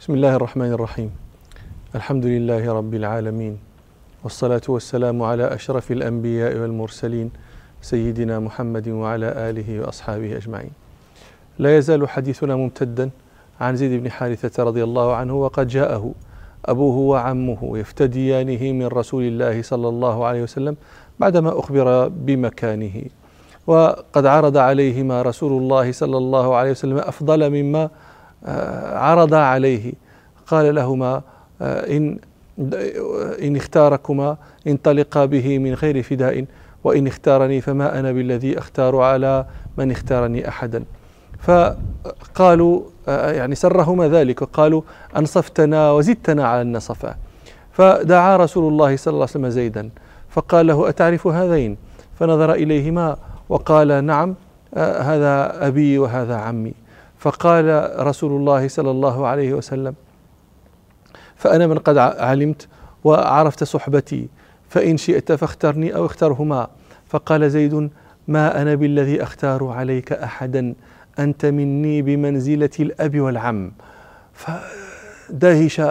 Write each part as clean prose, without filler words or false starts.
بسم الله الرحمن الرحيم. الحمد لله رب العالمين، والصلاة والسلام على أشرف الأنبياء والمرسلين سيدنا محمد وعلى آله وأصحابه أجمعين. لا يزال حديثنا ممتدا عن زيد بن حارثة رضي الله عنه، وقد جاءه أبوه وعمه يفتديانه من رسول الله صلى الله عليه وسلم بعدما أخبر بمكانه، وقد عرض عليهما رسول الله صلى الله عليه وسلم أفضل مما عرض عليه. قال لهما إن اختاركما انطلقا به من غير فداء، وإن اختارني فما أنا بالذي أختار على من اختارني أحدا. فقالوا يعني سرهما ذلك، وقالوا أنصفتنا وزدتنا على النصفة. فدعا رسول الله صلى الله عليه وسلم زيدا فقال له: أتعرف هذين؟ فنظر إليهما وقال: نعم، هذا أبي وهذا عمي. فقال رسول الله صلى الله عليه وسلم: فأنا من قد علمت وعرفت صحبتي، فإن شئت فاخترني أو اخترهما. فقال زيد: ما أنا بالذي أختار عليك أحدا، أنت مني بمنزلة الأب والعم. فدهش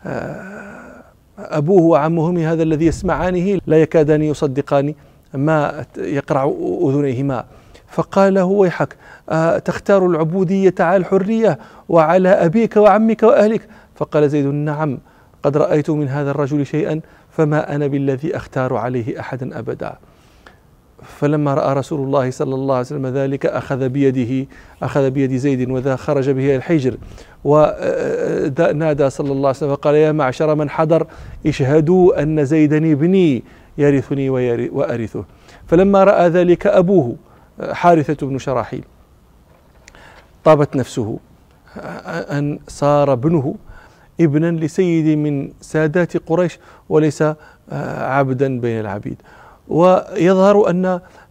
أبوه وعمه من هذا الذي يسمعانه، لا يكادان يصدقان ما يقرع أذنيهما. فقال له: ويحك، تختار العبودية على الحرية وعلى أبيك وعمك وأهلك؟ فقال زيد: نعم، قد رأيت من هذا الرجل شيئا فما أنا بالذي أختار عليه أحدا أبدا. فلما رأى رسول الله صلى الله عليه وسلم ذلك أخذ بيد زيد وذا خرج به إلى الحجر، ونادى صلى الله عليه وسلم فقال: يا معشر من حضر، اشهدوا أن زيدا ابني يرثني وأرثه. فلما رأى ذلك أبوه حارثة بن شراحيل طابت نفسه أن صار ابنه ابنا لسيد من سادات قريش وليس عبدا بين العبيد. ويظهر أن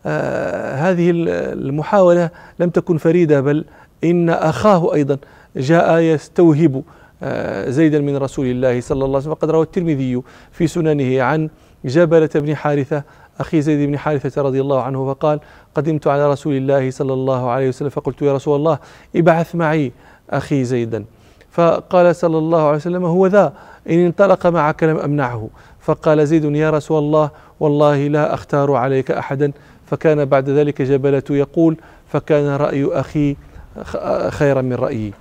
هذه المحاولة لم تكن فريدة، بل إن أخاه أيضا جاء يستوهب زيدا من رسول الله صلى الله عليه وسلم. وقد روى الترمذي في سننه عن جبلة بن حارثة أخي زيد بن حارثة رضي الله عنه فقال: قدمت على رسول الله صلى الله عليه وسلم فقلت: يا رسول الله، ابعث معي أخي زيدا. فقال صلى الله عليه وسلم: هو ذا، إن انطلق معك لم أمنعه. فقال زيد: يا رسول الله، والله لا أختار عليك أحدا. فكان بعد ذلك جبلة يقول: فكان رأي أخي خيرا من رأيي.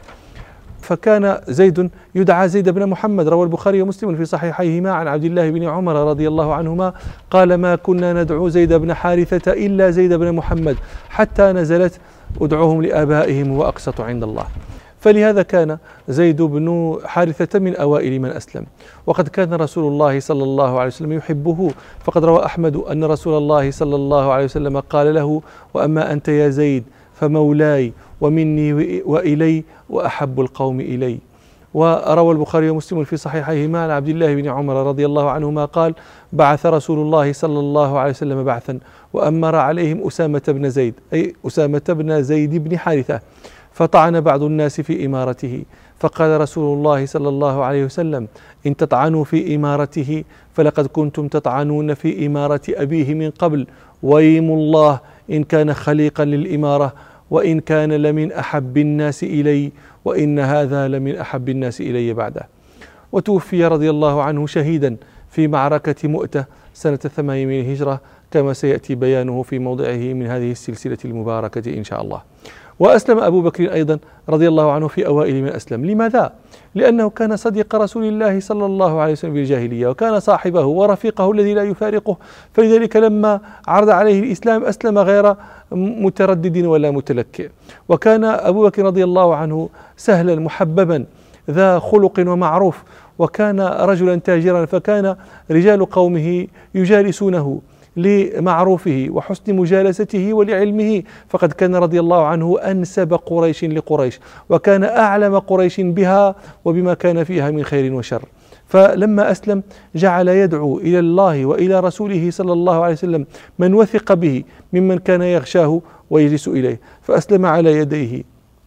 فكان زيد يدعى زيد بن محمد. روى البخاري ومسلم في صحيحيهما عن عبد الله بن عمر رضي الله عنهما قال: ما كنا ندعو زيد بن حارثة إلا زيد بن محمد، حتى نزلت: ادعوهم لآبائهم وأقسط عند الله. فلهذا كان زيد بن حارثة من أوائل من أسلم، وقد كان رسول الله صلى الله عليه وسلم يحبه. فقد روى أحمد أن رسول الله صلى الله عليه وسلم قال له: وأما أنت يا زيد فمولاي ومني وإلي وأحب القوم إلي. وروى البخاري ومسلم في صحيحيهما عن عبد الله بن عمر رضي الله عنهما قال: بعث رسول الله صلى الله عليه وسلم بعثا وأمر عليهم أسامة بن زيد، أي أسامة بن زيد بن حارثة، فطعن بعض الناس في إمارته. فقال رسول الله صلى الله عليه وسلم: إن تطعنوا في إمارته فلقد كنتم تطعنون في إمارة أبيه من قبل، ويم الله إن كان خليقا للإمارة، وإن كان لمن أحب الناس إلي، وإن هذا لمن أحب الناس إلي بعده. وتوفي رضي الله عنه شهيدا في معركة مؤتة سنة 8 من الهجرة، كما سيأتي بيانه في موضعه من هذه السلسلة المباركة إن شاء الله. وأسلم أبو بكر أيضا رضي الله عنه في أوائل من أسلم. لماذا؟ لأنه كان صديق رسول الله صلى الله عليه وسلم في الجاهلية، وكان صاحبه ورفيقه الذي لا يفارقه. فلذلك لما عرض عليه الإسلام أسلم غير متردد ولا متلكئ. وكان أبو بكر رضي الله عنه سهلا محببا ذا خلق ومعروف، وكان رجلا تاجرا، فكان رجال قومه يجالسونه لمعروفه وحسن مجالسته ولعلمه. فقد كان رضي الله عنه أنسب قريش لقريش، وكان أعلم قريش بها وبما كان فيها من خير وشر. فلما أسلم جعل يدعو إلى الله وإلى رسوله صلى الله عليه وسلم من وثق به ممن كان يغشاه ويجلس إليه. فأسلم على يديه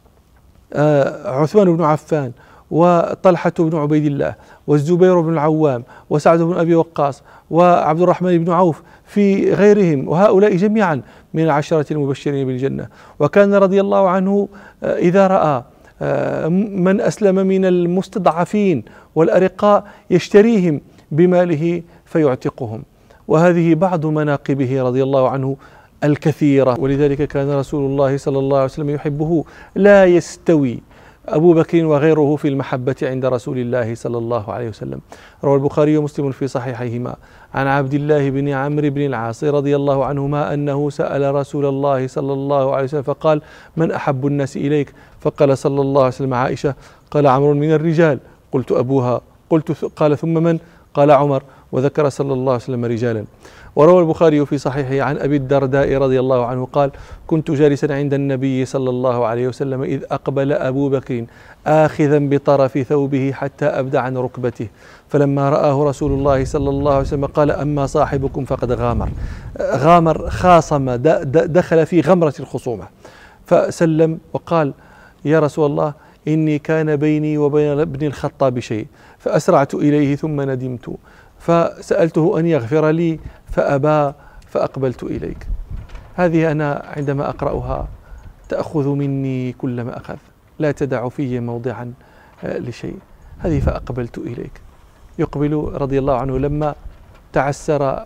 عثمان بن عفان وطلحة بن عبيد الله والزبير بن العوام وسعد بن أبي وقاص وعبد الرحمن بن عوف في غيرهم، وهؤلاء جميعا من العشرة المبشرين بالجنة. وكان رضي الله عنه إذا رأى من أسلم من المستضعفين والأرقاء يشتريهم بماله فيعتقهم. وهذه بعض مناقبه رضي الله عنه الكثيرة، ولذلك كان رسول الله صلى الله عليه وسلم يحبه. لا يستوي أبو بكر وغيره في المحبة عند رسول الله صلى الله عليه وسلم. روى البخاري ومسلم في صحيحيهما عن عبد الله بن عمرو بن العاص رضي الله عنهما أنه سأل رسول الله صلى الله عليه وسلم فقال: من أحب الناس إليك؟ فقال صلى الله عليه وسلم: عائشة. قال: عمرو من الرجال. قلت: أبوها. قال: ثم من؟ قال: عمر. وذكر صلى الله عليه وسلم رجالا. وروى البخاري في صحيحه عن أبي الدرداء رضي الله عنه قال: كنت جالسا عند النبي صلى الله عليه وسلم إذ أقبل أبو بكر آخذا بطرف ثوبه حتى أبدى عن ركبته، فلما رآه رسول الله صلى الله عليه وسلم قال: أما صاحبكم فقد غامر خاصم، دخل في غمرة الخصومة، فسلم وقال: يا رسول الله، إني كان بيني وبين ابن الخطاب شيء فأسرعت إليه ثم ندمت فسألته أن يغفر لي فأبى فأقبلت إليك. هذه أنا عندما أقرأها تأخذ مني كل ما أخذ، لا تدع في موضعا لشيء. هذه فأقبلت إليك. يقبل رضي الله عنه لما تعسر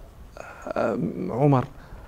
عمر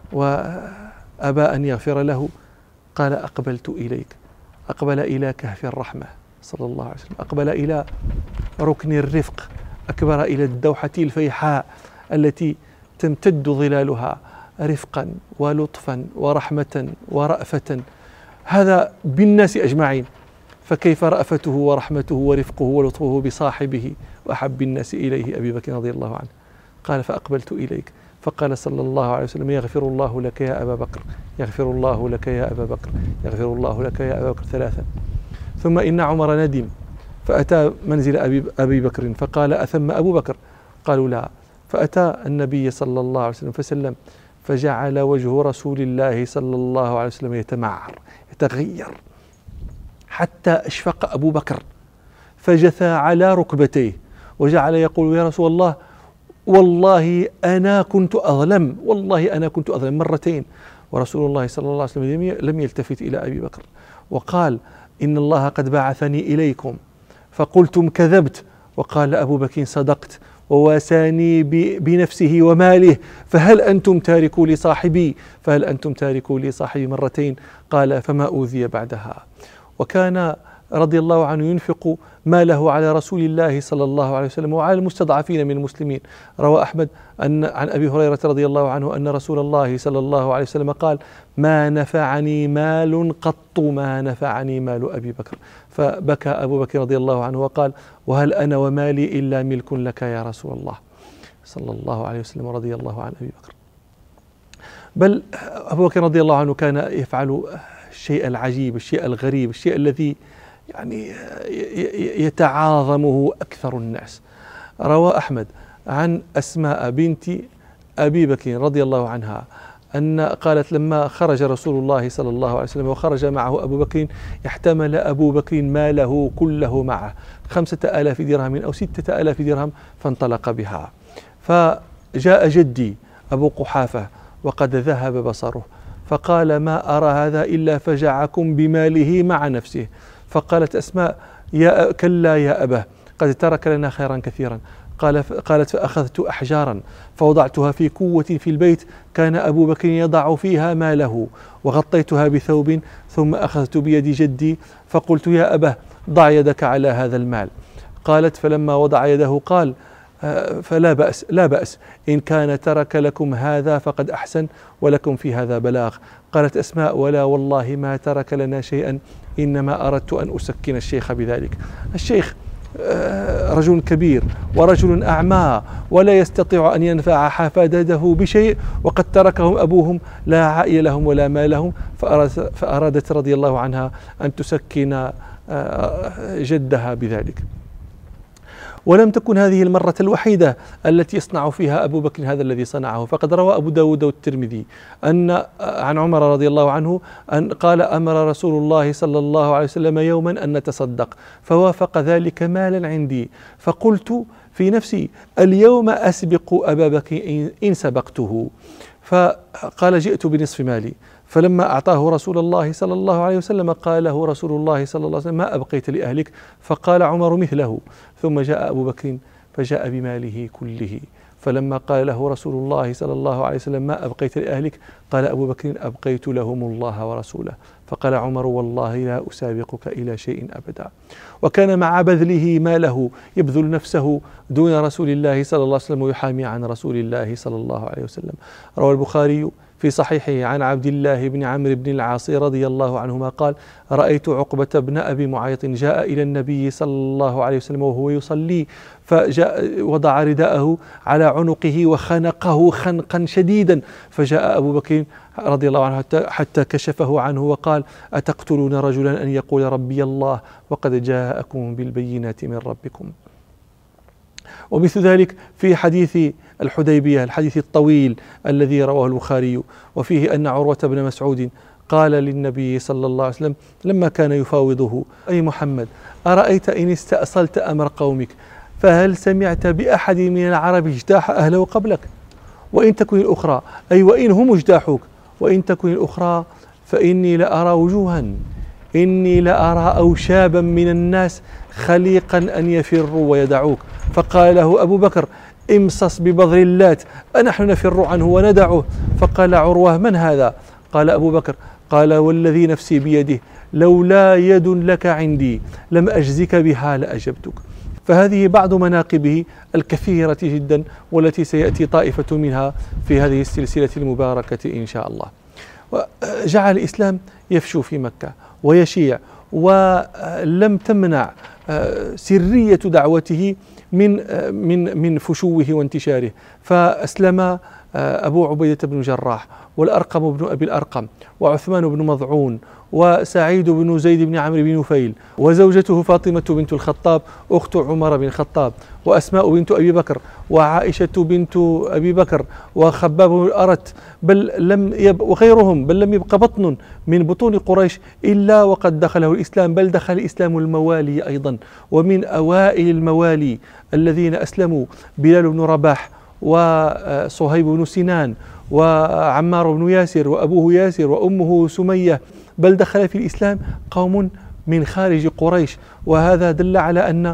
وأبى أن يغفر له قال: أقبلت إليك. أقبل إلى كهف الرحمة صلى الله عليه وسلم، أقبل إلى ركن الرفق، أكبر إلى الدوحة الفيحاء التي تمتد ظلالها رفقا ولطفا ورحمة ورأفة، هذا بالناس أجمعين، فكيف رأفته ورحمته ورفقه ولطفه بصاحبه وأحب الناس إليه أبي بكر رضي الله عنه. قال: فأقبلت إليك. فقال صلى الله عليه وسلم: يغفر الله لك يا أبا بكر، يغفر الله لك يا أبا بكر، يغفر الله لك يا أبا بكر 3. ثم إن عمر ندم فأتى منزل أبي بكر فقال: أثم أبو بكر؟ قالوا: لا. فأتى النبي صلى الله عليه وسلم فسلم، فجعل وجه رسول الله صلى الله عليه وسلم يتمعر يتغير حتى أشفق أبو بكر، فجثى على ركبتيه وجعل يقول: يا رسول الله، والله أنا كنت أظلم، والله أنا كنت أظلم 2. ورسول الله صلى الله عليه وسلم لم يلتفت إلى أبي بكر وقال: إن الله قد بعثني إليكم فقلتم كذبت. وقال أبو بكر: صدقت، وواساني بنفسه وماله، فهل أنتم تاركوا لصاحبي؟ فهل أنتم تاركوا لصاحبي 2. قال: فما أوذي بعدها. وكان رضي الله عنه ينفق ماله على رسول الله صلى الله عليه وسلم وعلى المستضعفين من المسلمين. روى أحمد عن أبي هريرة رضي الله عنه أن رسول الله صلى الله عليه وسلم قال: ما نفعني مال قط ما نفعني مال أبي بكر. فبكى أبو بكر رضي الله عنه وقال: وهل أنا ومالي إلا ملك لك يا رسول الله صلى الله عليه وسلم رضي الله عن أبي بكر. بل أبو بكر رضي الله عنه كان يفعل الشيء العجيب، الشيء الغريب، الشيء الذي يعني يتعاظمه أكثر الناس. روى أحمد عن أسماء بنت أبي بكر رضي الله عنها أن قالت: لما خرج رسول الله صلى الله عليه وسلم وخرج معه أبو بكر احتمل أبو بكر ماله كله معه 5000 درهم أو 6000 درهم فانطلق بها. فجاء جدي أبو قحافة وقد ذهب بصره فقال: ما أرى هذا إلا فجعكم بماله مع نفسه. فقالت أسماء: كلا يا أباه، قد ترك لنا خيرا كثيرا. قالت: فأخذت أحجارا فوضعتها في كوة في البيت كان أبو بكر يضع فيها ماله وغطيتها بثوب، ثم أخذت بيد جدي فقلت: يا أباه، ضع يدك على هذا المال. قالت: فلما وضع يده قال: فلا بأس، لا بأس، إن كان ترك لكم هذا فقد أحسن ولكم في هذا بلاغ. قالت أسماء: ولا والله ما ترك لنا شيئا، إنما أردت أن أسكن الشيخ بذلك. الشيخ رجل كبير ورجل أعمى ولا يستطيع أن ينفع حفادته بشيء، وقد تركهم أبوهم لا عائل لهم ولا مال لهم، فأرادت رضي الله عنها أن تسكن جدها بذلك. ولم تكن هذه المرة الوحيدة التي يصنع فيها أبو بكر هذا الذي صنعه، فقد روى أبو داود والترمذي أن عن عمر رضي الله عنه أن قال: أمر رسول الله صلى الله عليه وسلم يوما أن نتصدق فوافق ذلك مالا عندي، فقلت في نفسي: اليوم أسبق أبا بكر إن سبقته. فقال: جئت بنصف مالي، فلما أعطاه رسول الله صلى الله عليه وسلم قال له رسول الله صلى الله عليه وسلم: ما أبقيت لأهلك؟ فقال عمر مثله. ثم جاء أبو بكر فجاء بماله كله. فلما قال له رسول الله صلى الله عليه وسلم: ما أبقيت لأهلك؟ قال أبو بكر: أبقيت لهم الله ورسوله. فقال عمر: والله لا أسابقك إلى شيء أبدا. وكان مع بذله ماله يبذل نفسه دون رسول الله صلى الله عليه وسلم ويحامي عن رسول الله صلى الله عليه وسلم. روى البخاري في صحيحه عن عبد الله بن عمرو بن العاص رضي الله عنهما قال: رأيت عقبة بن أبي معيط جاء إلى النبي صلى الله عليه وسلم وهو يصلي، فجاء وضع رداءه على عنقه وخنقه خنقا شديدا، فجاء أبو بكر رضي الله عنه حتى كشفه عنه وقال: أتقتلون رجلا أن يقول ربي الله وقد جاءكم بالبينات من ربكم. ومثل ذلك في حديث الحديبية، الحديث الطويل الذي رواه البخاري، وفيه أن عروة بن مسعود قال للنبي صلى الله عليه وسلم لما كان يفاوضه: أي محمد، أرأيت إن استأصلت أمر قومك فهل سمعت بأحد من العرب اجتاح أهله قبلك؟ وإن تكن الأخرى، أي وإن هم اجتاحوك، وإن تكن الأخرى فإني لأرى وجوها، إني لأرى أوشابا من الناس خليقا أن يفروا ويدعوك. فقال له أبو بكر: امصص ببذر اللات، أنحن نفر عنه وندعه؟ فقال عروة: من هذا؟ قال أبو بكر: قال والذي نفسي بيده لولا يد لك عندي لم أجزك بها لأجبتك. فهذه بعض مناقبه الكثيرة جدا، والتي سيأتي طائفة منها في هذه السلسلة المباركة إن شاء الله. وجعل الإسلام يفشو في مكة ويشيع، ولم تمنع سرية دعوته من فشوه وانتشاره. فأسلم أبو عبيدة بن جراح، والأرقم بن أبي الأرقم، وعثمان بن مضعون، وسعيد بن زيد بن عمرو بن نفيل، وزوجته فاطمة بنت الخطاب أخت عمر بن الخطاب، وأسماء بنت أبي بكر، وعائشة بنت أبي بكر، وخباب بن الأرت، وغيرهم، بل لم يبق بطن من بطون قريش إلا وقد دخله الإسلام، بل دخل الإسلام الموالي أيضا. ومن أوائل الموالي الذين أسلموا بلال بن رباح، وصهيب بن سنان، وعمار بن ياسر، وأبوه ياسر، وأمه سمية، بل دخل في الإسلام قوم من خارج قريش. وهذا دل على أن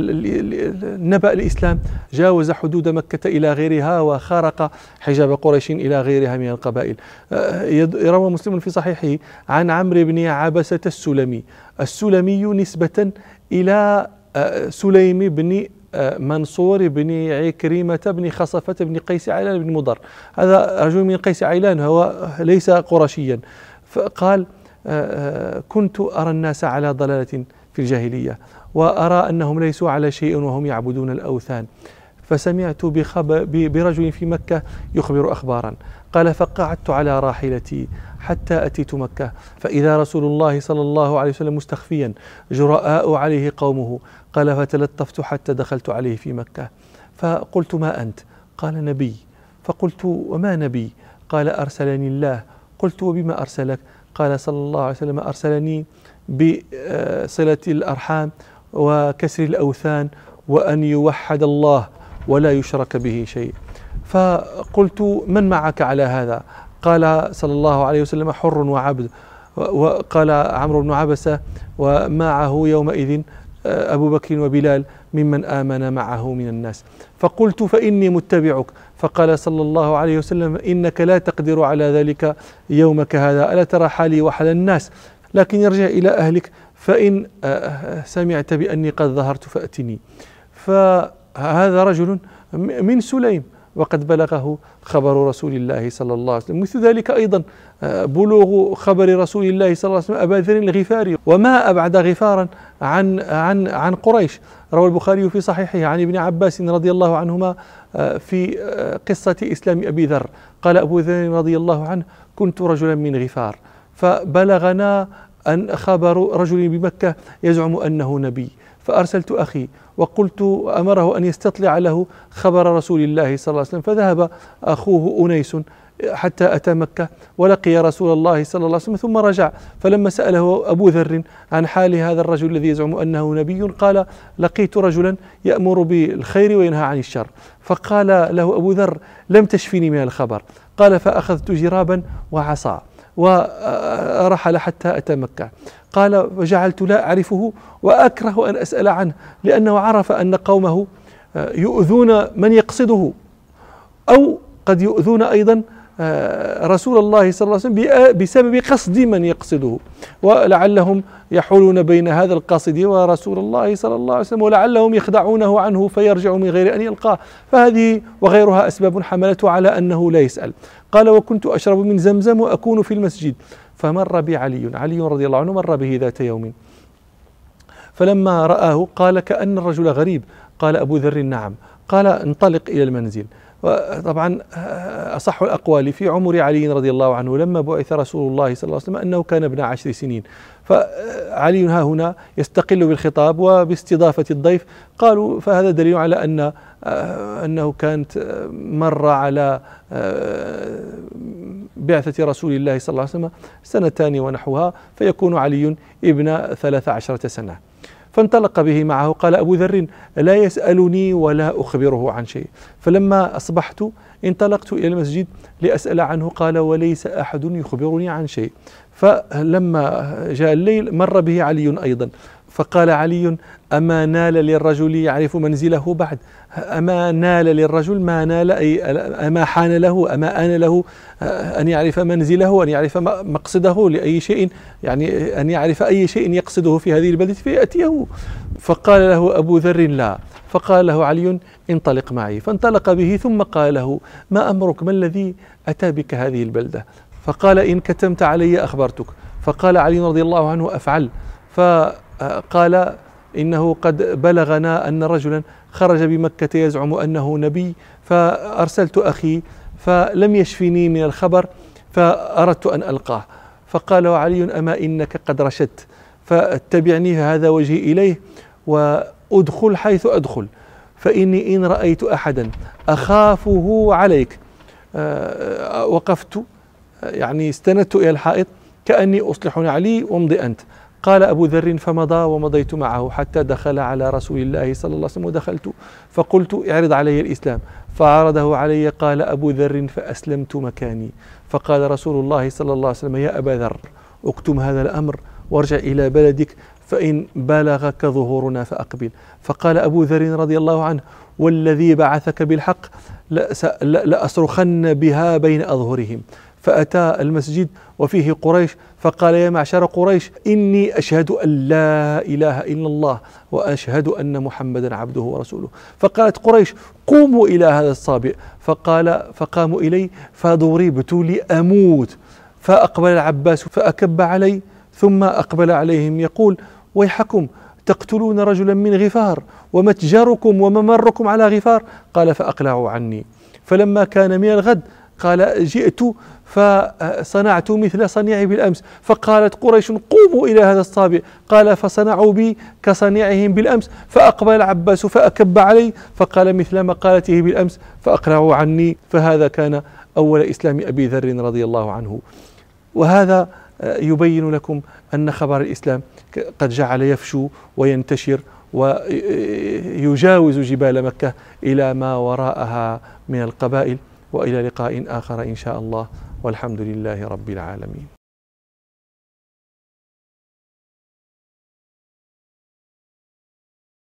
نبأ الإسلام جاوز حدود مكة إلى غيرها، وخارق حجاب قريش إلى غيرها من القبائل. روى مسلم في صحيحه عن عمرو بن عبسة السلمي نسبة إلى سليم بن منصور بن عكرمة بن خصفة بن قيس عيلان بن مضر. هذا رجل من قيس عيلان، هو ليس قرشيا. فقال: كنت أرى الناس على ضلالة في الجاهلية، وأرى أنهم ليسوا على شيء وهم يعبدون الأوثان، فسمعت برجل في مكة يخبر أخبارا. قال: فقعدت على راحلتي حتى أتيت مكة، فإذا رسول الله صلى الله عليه وسلم مستخفيا جراء عليه قومه. قال: فتلطفت حتى دخلت عليه في مكة، فقلت: ما أنت؟ قال: نبي. فقلت: وما نبي؟ قال: أرسلني الله. قلت: وبما أرسلك؟ قال صلى الله عليه وسلم: أرسلني بصلة الأرحام وكسر الأوثان وأن يوحد الله ولا يشرك به شيء. فقلت: من معك على هذا؟ قال صلى الله عليه وسلم: حر وعبد. وقال عمرو بن عبسة: ومعه يومئذ أبو بكر وبلال ممن آمن معه من الناس. فقلت: فإني متبعك. فقال صلى الله عليه وسلم: إنك لا تقدر على ذلك يومك هذا، ألا ترى حالي وحال الناس؟ لكن ارجع إلى أهلك، فإن سمعت بأني قد ظهرت فأتني. فهذا رجل من سليم، وقد بلغه خبر رسول الله صلى الله عليه وسلم. مثل ذلك أيضا بلوغ خبر رسول الله صلى الله عليه وسلم أبا ذر الغفاري، وما أبعد غفارا عن قريش. روى البخاري في صحيحه عن ابن عباس رضي الله عنهما في قصة إسلام أبي ذر. قال أبو ذر رضي الله عنه: كنت رجلا من غفار، فبلغنا أن خبر رجل بمكة يزعم أنه نبي، فأرسلت أخي وقلت أمره أن يستطلع له خبر رسول الله صلى الله عليه وسلم. فذهب أخوه أنيس حتى أتى مكة ولقي رسول الله صلى الله عليه وسلم، ثم رجع. فلما سأله أبو ذر عن حال هذا الرجل الذي يزعم أنه نبي، قال: لقيت رجلا يأمر بالخير وينهى عن الشر. فقال له أبو ذر: لم تشفني من الخبر. قال: فأخذت جرابا وعصا ورحل حتى أتى مكة. قال: وجعلت لا أعرفه وأكره أن أسأل عنه، لأنه عرف أن قومه يؤذون من يقصده، أو قد يؤذون أيضا رسول الله صلى الله عليه وسلم بسبب قصد من يقصده، ولعلهم يحولون بين هذا القاصد ورسول الله صلى الله عليه وسلم، ولعلهم يخدعونه عنه فيرجع من غير أن يلقاه. فهذه وغيرها أسباب حملته على أنه لا يسأل. قال: وكنت أشرب من زمزم وأكون في المسجد، فمر بي علي رضي الله عنه، مر به ذات يوم، فلما رآه قال: كأن الرجل غريب. قال أبو ذر: نعم. قال: انطلق إلى المنزل. وطبعا أصح الأقوال في عمر علي رضي الله عنه لما بعث رسول الله صلى الله عليه وسلم أنه كان ابن 10 سنين، فعلي ها هنا يستقل بالخطاب وباستضافة الضيف. قالوا فهذا دليل على أنه كانت مر على بعثة رسول الله صلى الله عليه وسلم 2 سنين ونحوها، فيكون علي ابن 13 سنة. فانطلق به معه. قال أبو ذر: لا يسألني ولا أخبره عن شيء. فلما أصبحت انطلقت إلى المسجد لأسأل عنه. قال: وليس أحد يخبرني عن شيء. فلما جاء الليل مر به علي أيضا، فقال علي: أما نال للرجل يعرف منزله بعد؟ أما نال للرجل ما نال، أي أما حان له، أما آن له أن يعرف منزله، أن يعرف مقصده لأي شيء، يعني أن يعرف أي شيء يقصده في هذه البلدة فيأتيه. فقال له أبو ذر: لا. فقال له علي: انطلق معي. فانطلق به، ثم قال له: ما أمرك؟ ما الذي أتى بك هذه البلدة؟ فقال: إن كتمت علي أخبرتك. فقال علي رضي الله عنه: أفعل. فقال: إنه قد بلغنا أن رجلا خرج بمكة يزعم أنه نبي، فأرسلت أخي فلم يشفني من الخبر، فأردت أن ألقاه. فقال علي: أما إنك قد رشدت، فاتبعني هذا وجهي إليه، وأدخل حيث أدخل، فإني إن رأيت أحدا أخافه عليك وقفت، يعني استندت إلى الحائط كأني أصلح علي وامضي أنت. قال أبو ذر: فمضى ومضيت معه حتى دخل على رسول الله صلى الله عليه وسلم، ودخلت فقلت: اعرض علي الإسلام. فعرضه علي. قال أبو ذر: فأسلمت مكاني. فقال رسول الله صلى الله عليه وسلم: يا أبا ذر، اكتم هذا الأمر وارجع إلى بلدك، فإن بلغك ظهورنا فأقبل. فقال أبو ذر رضي الله عنه: والذي بعثك بالحق لأصرخن بها بين أظهرهم. فأتى المسجد وفيه قريش، فقال: يا معشر قريش، إني أشهد أن لا إله إلا الله وأشهد أن محمدا عبده ورسوله. فقالت قريش: قوموا إلى هذا الصابئ. فقاموا إلي فضربت لأموت. فأقبل العباس فأكب علي، ثم أقبل عليهم يقول: ويحكم، تقتلون رجلا من غفار ومتجركم وممركم على غفار. قال: فأقلعوا عني. فلما كان من الغد قال: جئت فصنعت مثل صنيعي بالأمس. فقالت قريش: قوموا إلى هذا الصابئ. قال: فصنعوا بي كصنيعهم بالأمس. فأقبل العباس فأكب علي، فقال مثل مقالته بالأمس، فأقلعوا عني. فهذا كان أول إسلام أبي ذر رضي الله عنه. وهذا يبين لكم أن خبر الإسلام قد جعل يفشو وينتشر ويجاوز جبال مكة إلى ما وراءها من القبائل. وإلى لقاء آخر إن شاء الله، والحمد لله رب العالمين.